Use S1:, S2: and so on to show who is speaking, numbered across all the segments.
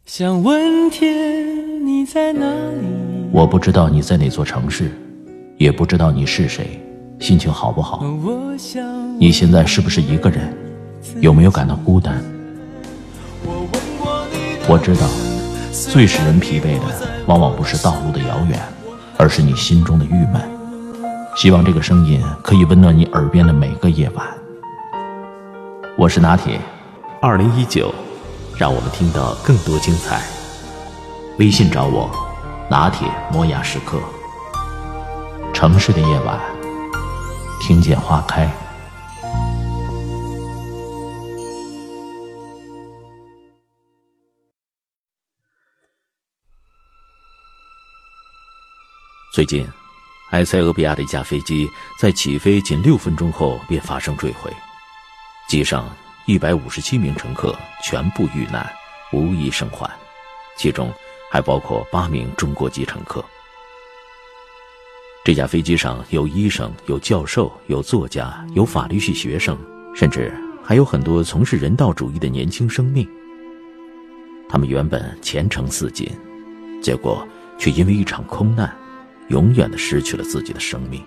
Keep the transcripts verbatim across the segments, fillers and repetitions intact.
S1: 想问天你在哪里？
S2: 我不知道你在哪座城市，也不知道你是谁，心情好不好？你现在是不是一个人？有没有感到孤单？我知道，最使人疲惫的往往不是道路的遥远，而是你心中的郁闷。希望这个声音可以温暖你耳边的每个夜晚。我是拿铁，
S3: 二零一九，让我们听到更多精彩。
S2: 微信找我，拿铁磨牙时刻。城市的夜晚，听见花开。
S3: 最近，埃塞俄比亚的一架飞机在起飞仅六分钟后便发生坠毁，机上一百五十七名乘客全部遇难，无一生还，其中还包括八名中国籍乘客。这架飞机上有医生，有教授，有作家，有法律系学生，甚至还有很多从事人道主义的年轻生命。他们原本前程似锦，结果却因为一场空难永远地失去了自己的生命。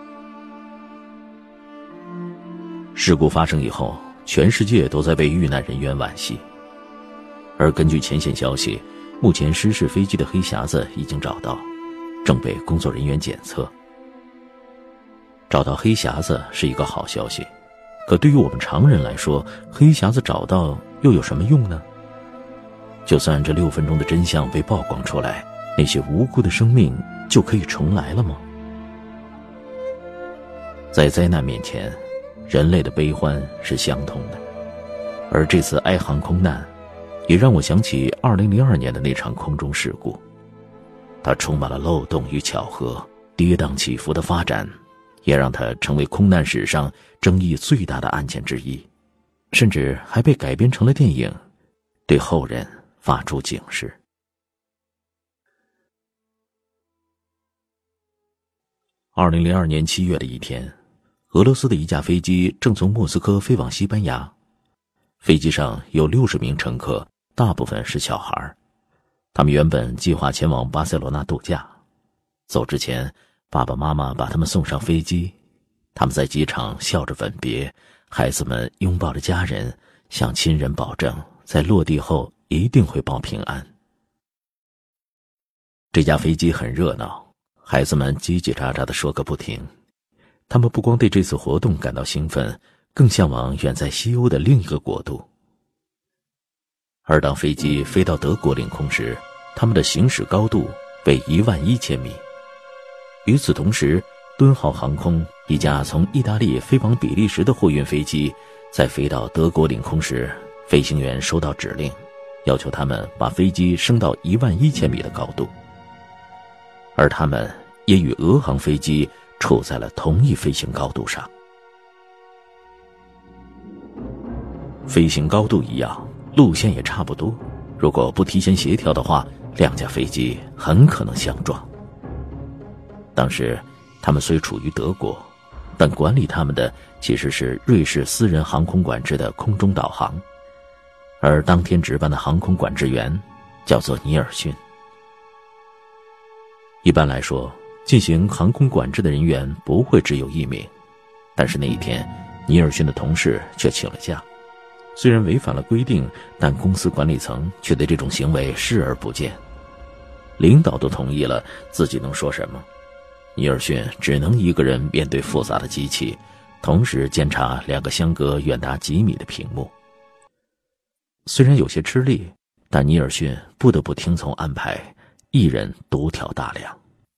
S3: 事故发生以后，全世界都在为遇难人员惋惜。而根据前线消息，目前失事飞机的黑匣子已经找到，正被工作人员检测。找到黑匣子是一个好消息，可对于我们常人来说，黑匣子找到又有什么用呢？就算这六分钟的真相被曝光出来，那些无辜的生命就可以重来了吗？在灾难面前，人类的悲欢是相通的，而这次埃航空难也让我想起二零零二年的那场空中事故，它充满了漏洞与巧合，跌宕起伏的发展也让它成为空难史上争议最大的案件之一，甚至还被改编成了电影，对后人发出警示。二零零二年七月的一天，俄罗斯的一架飞机正从莫斯科飞往西班牙，飞机上有六十名乘客，大部分是小孩。他们原本计划前往巴塞罗那度假，走之前，爸爸妈妈把他们送上飞机，他们在机场笑着吻别，孩子们拥抱着家人，向亲人保证在落地后一定会报平安。这架飞机很热闹，孩子们叽叽喳喳地说个不停，他们不光对这次活动感到兴奋，更向往远在西欧的另一个国度。而当飞机飞到德国领空时，他们的行驶高度为一万一千米。与此同时，敦号航空一架从意大利飞往比利时的货运飞机，在飞到德国领空时，飞行员收到指令，要求他们把飞机升到一万一千米的高度。而他们也与俄航飞机处在了同一飞行高度上。飞行高度一样，路线也差不多，如果不提前协调的话，两架飞机很可能相撞。当时他们虽处于德国，但管理他们的其实是瑞士私人航空管制的空中导航，而当天值班的航空管制员叫做尼尔逊。一般来说，进行航空管制的人员不会只有一名，但是那一天，尼尔逊的同事却请了假。虽然违反了规定，但公司管理层却对这种行为视而不见。领导都同意了，自己能说什么？尼尔逊只能一个人面对复杂的机器，同时监察两个相隔远达几米的屏幕。虽然有些吃力，但尼尔逊不得不听从安排，一人独挑大梁。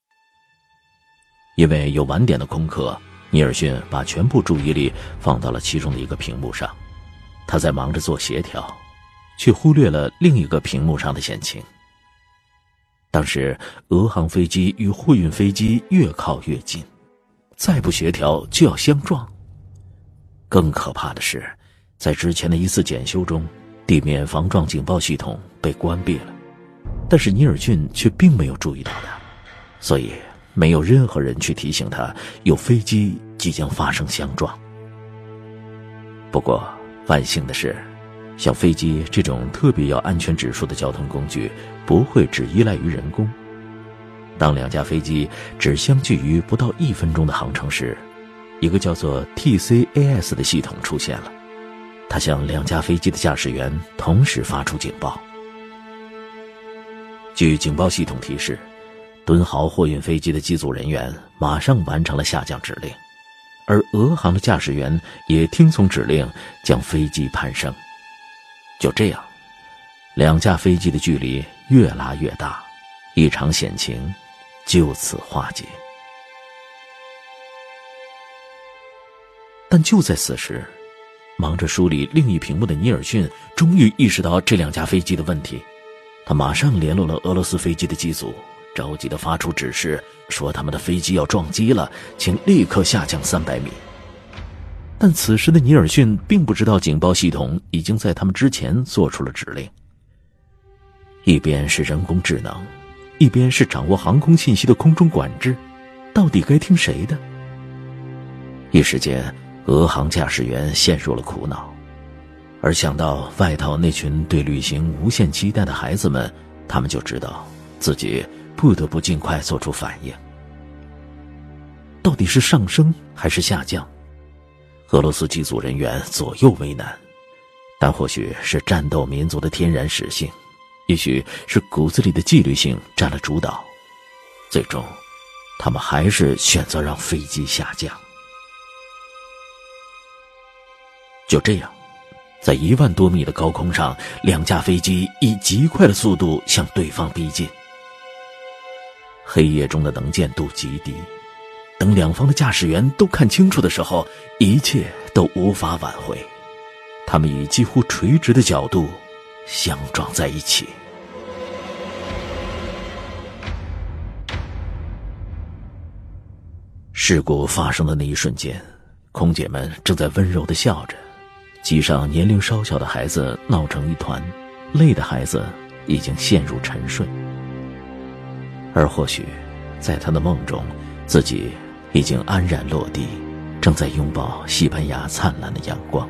S3: 因为有晚点的空客，尼尔逊把全部注意力放到了其中的一个屏幕上，他在忙着做协调，却忽略了另一个屏幕上的险情。当时俄航飞机与货运飞机越靠越近，再不协调就要相撞。更可怕的是，在之前的一次检修中，地面防撞警报系统被关闭了，但是尼尔逊却并没有注意到它，所以没有任何人去提醒他有飞机即将发生相撞。不过万幸的是， 像飞机这种特别要安全指数的交通工具，不会只依赖于人工。当两架飞机只相距于不到一分钟的航程时，一个叫做 T C A S 的系统出现了，它向两架飞机的驾驶员同时发出警报。据警报系统提示，敦豪货运飞机的机组人员马上完成了下降指令，而俄航的驾驶员也听从指令将飞机攀升。就这样，两架飞机的距离越拉越大，一场险情就此化解。但就在此时，忙着梳理另一屏幕的尼尔逊终于意识到这两架飞机的问题，他马上联络了俄罗斯飞机的机组，着急地发出指示，说他们的飞机要撞击了，请立刻下降三百米。但此时的尼尔逊并不知道警报系统已经在他们之前做出了指令。一边是人工智能，一边是掌握航空信息的空中管制，到底该听谁的？一时间，俄航驾驶员陷入了苦恼，而想到外头那群对旅行无限期待的孩子们，他们就知道自己不得不尽快做出反应。到底是上升还是下降？俄罗斯机组人员左右为难，但或许是战斗民族的天然属性，也许是骨子里的纪律性占了主导，最终他们还是选择让飞机下降。就这样，在一万多米的高空上，两架飞机以极快的速度向对方逼近。黑夜中的能见度极低，等两方的驾驶员都看清楚的时候，一切都无法挽回，他们以几乎垂直的角度相撞在一起。事故发生的那一瞬间，空姐们正在温柔地笑着，机上年龄稍小的孩子闹成一团，累的孩子已经陷入沉睡。而或许在他的梦中，自己已经安然落地，正在拥抱西班牙灿烂的阳光。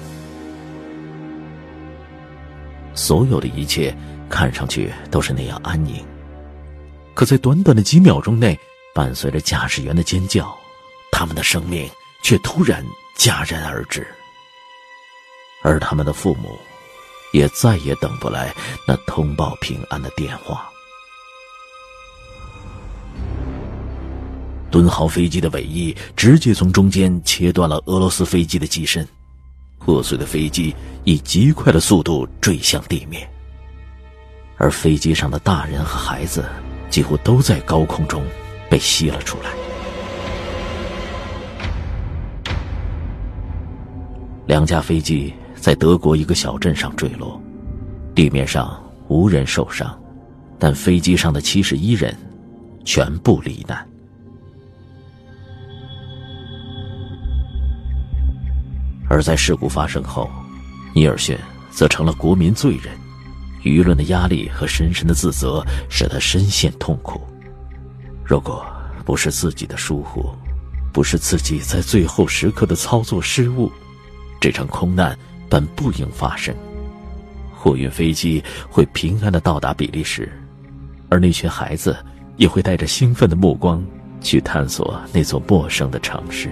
S3: 所有的一切看上去都是那样安宁，可在短短的几秒钟内，伴随着驾驶员的尖叫，他们的生命却突然戛然而止，而他们的父母也再也等不来那通报平安的电话。敦豪飞机的尾翼直接从中间切断了俄罗斯飞机的机身，破碎的飞机以极快的速度坠向地面，而飞机上的大人和孩子几乎都在高空中被吸了出来。两架飞机在德国一个小镇上坠落，地面上无人受伤，但飞机上的七十一人全部罹难。而在事故发生后，尼尔逊则成了国民罪人，舆论的压力和深深的自责使他深陷痛苦。如果不是自己的疏忽，不是自己在最后时刻的操作失误，这场空难本不应发生。货运飞机会平安地到达比利时，而那群孩子也会带着兴奋的目光去探索那座陌生的城市。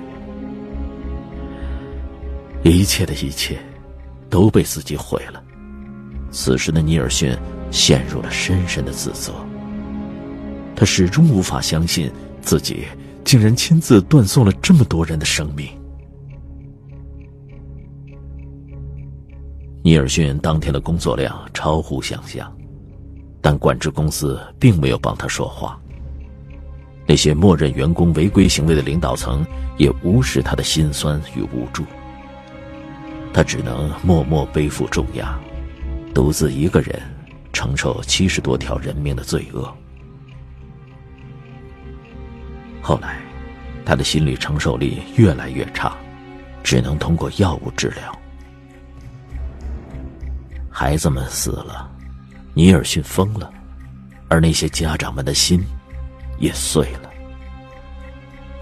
S3: 一切的一切都被自己毁了。此时的尼尔逊陷入了深深的自责，他始终无法相信自己竟然亲自断送了这么多人的生命。尼尔逊当天的工作量超乎想象，但管制公司并没有帮他说话。那些默认员工违规行为的领导层也无视他的心酸与无助，他只能默默背负重压，独自一个人承受七十多条人命的罪恶。后来，他的心理承受力越来越差，只能通过药物治疗。孩子们死了，尼尔逊疯了，而那些家长们的心也碎了。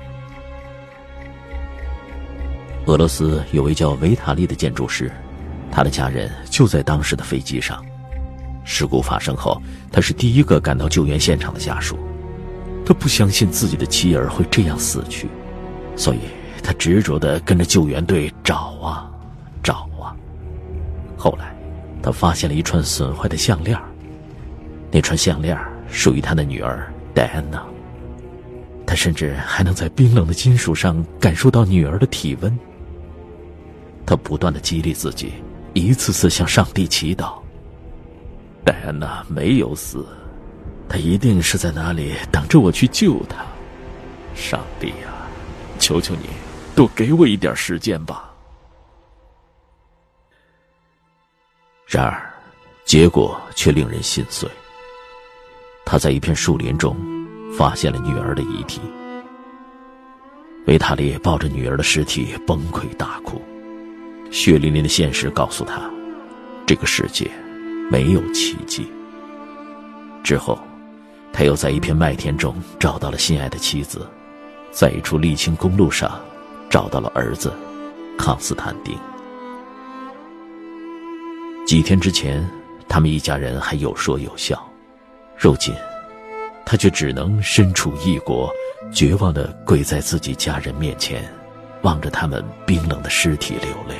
S3: 俄罗斯有位叫维塔利的建筑师， 他的家人就在当时的飞机上。事故发生后，他是第一个赶到救援现场的家属。他不相信自己的妻儿会这样死去，所以他执着地跟着救援队找啊找啊。后来他发现了一串损坏的项链，那串项链属于他的女儿戴安娜。他甚至还能在冰冷的金属上感受到女儿的体温。他不断地激励自己，一次次向上帝祈祷。戴安娜没有死，她一定是在那里等着我去救她。上帝啊，求求你，多给我一点时间吧。然而，结果却令人心碎。他在一片树林中发现了女儿的遗体。维塔利抱着女儿的尸体崩溃大哭，血淋淋的现实告诉他，这个世界没有奇迹。之后，他又在一片麦田中找到了心爱的妻子，在一处沥青公路上找到了儿子康斯坦丁。几天之前，他们一家人还有说有笑，如今他却只能身处异国，绝望地跪在自己家人面前，望着他们冰冷的尸体流泪。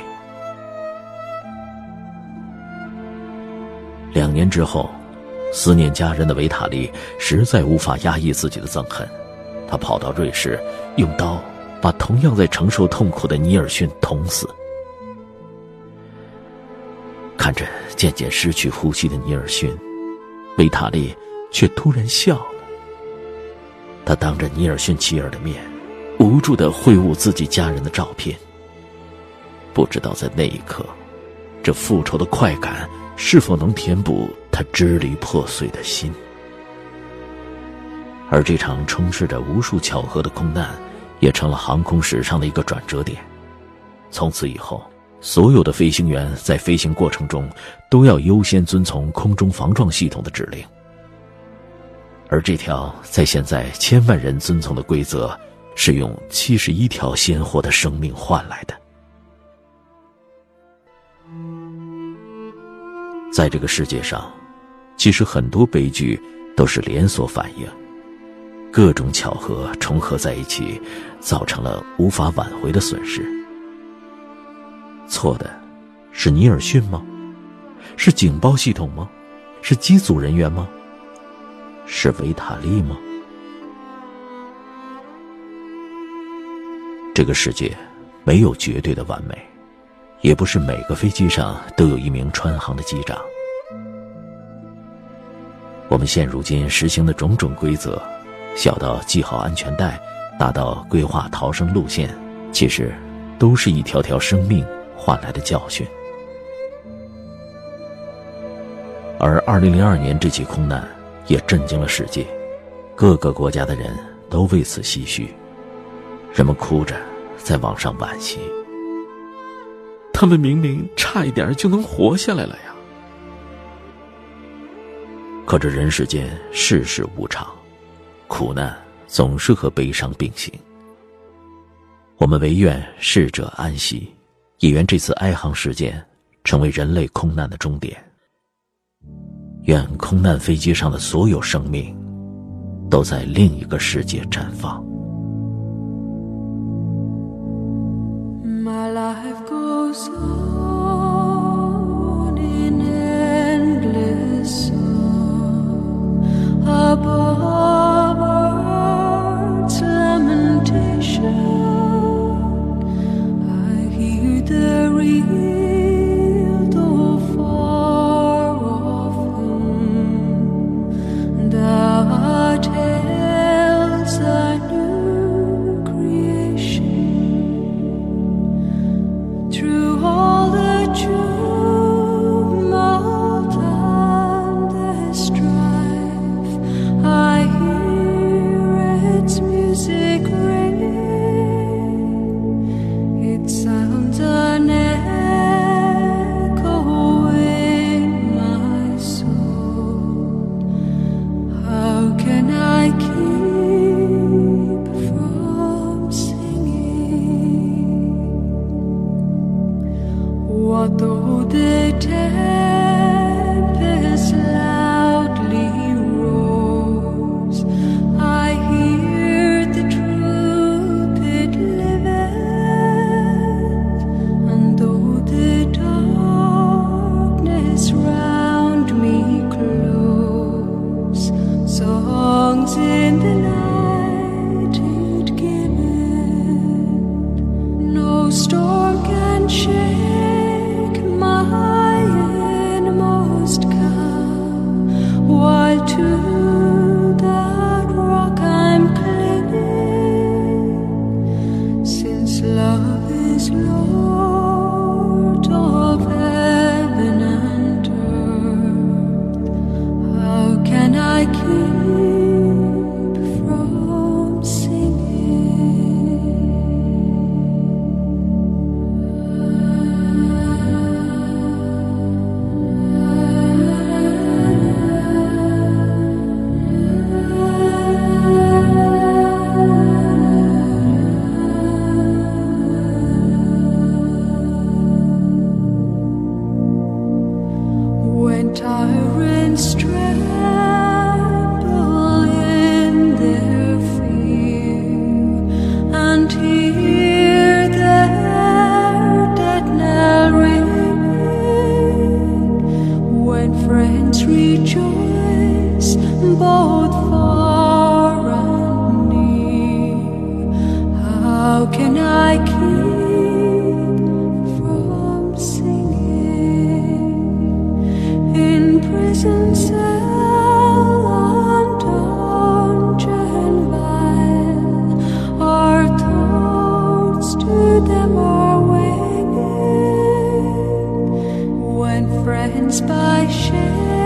S3: 两年之后，思念家人的维塔利实在无法压抑自己的憎恨，他跑到瑞士，用刀把同样在承受痛苦的尼尔逊捅死。看着渐渐失去呼吸的尼尔逊，维塔利却突然笑了。他当着尼尔逊妻儿的面，无助地挥舞自己家人的照片。不知道在那一刻，这复仇的快感是否能填补他支离破碎的心。而这场充斥着无数巧合的空难，也成了航空史上的一个转折点。从此以后，所有的飞行员在飞行过程中都要优先遵从空中防撞系统的指令。而这条在现在千万人遵从的规则，是用七十一条鲜活的生命换来的。在这个世界上，其实很多悲剧都是连锁反应，各种巧合重合在一起，造成了无法挽回的损失。错的是尼尔逊吗？是警报系统吗？是机组人员吗？是维塔利吗？这个世界没有绝对的完美，也不是每个飞机上都有一名穿航的机长。我们现如今实行的种种规则，小到系好安全带，大到规划逃生路线，其实都是一条条生命换来的教训。而二零零二年这起空难也震惊了世界，各个国家的人都为此唏嘘，人们哭着在网上惋惜，他们明明差一点就能活下来了呀。可这人世间世事无常，苦难总是和悲伤并行。我们唯愿逝者安息，也愿这次哀航事件成为人类空难的终点。愿空难飞机上的所有生命都在另一个世界绽放。
S1: My life goes on in endless song above earth's lamentation. I hear the real though far off home, the tales I new creation. Through all when tyrants tremble in their fear and hear their dead knell ringing, when friends rejoice both far and near, how can I keep prison cell and dungeon vile, our thoughts to them are winging, when friends by shame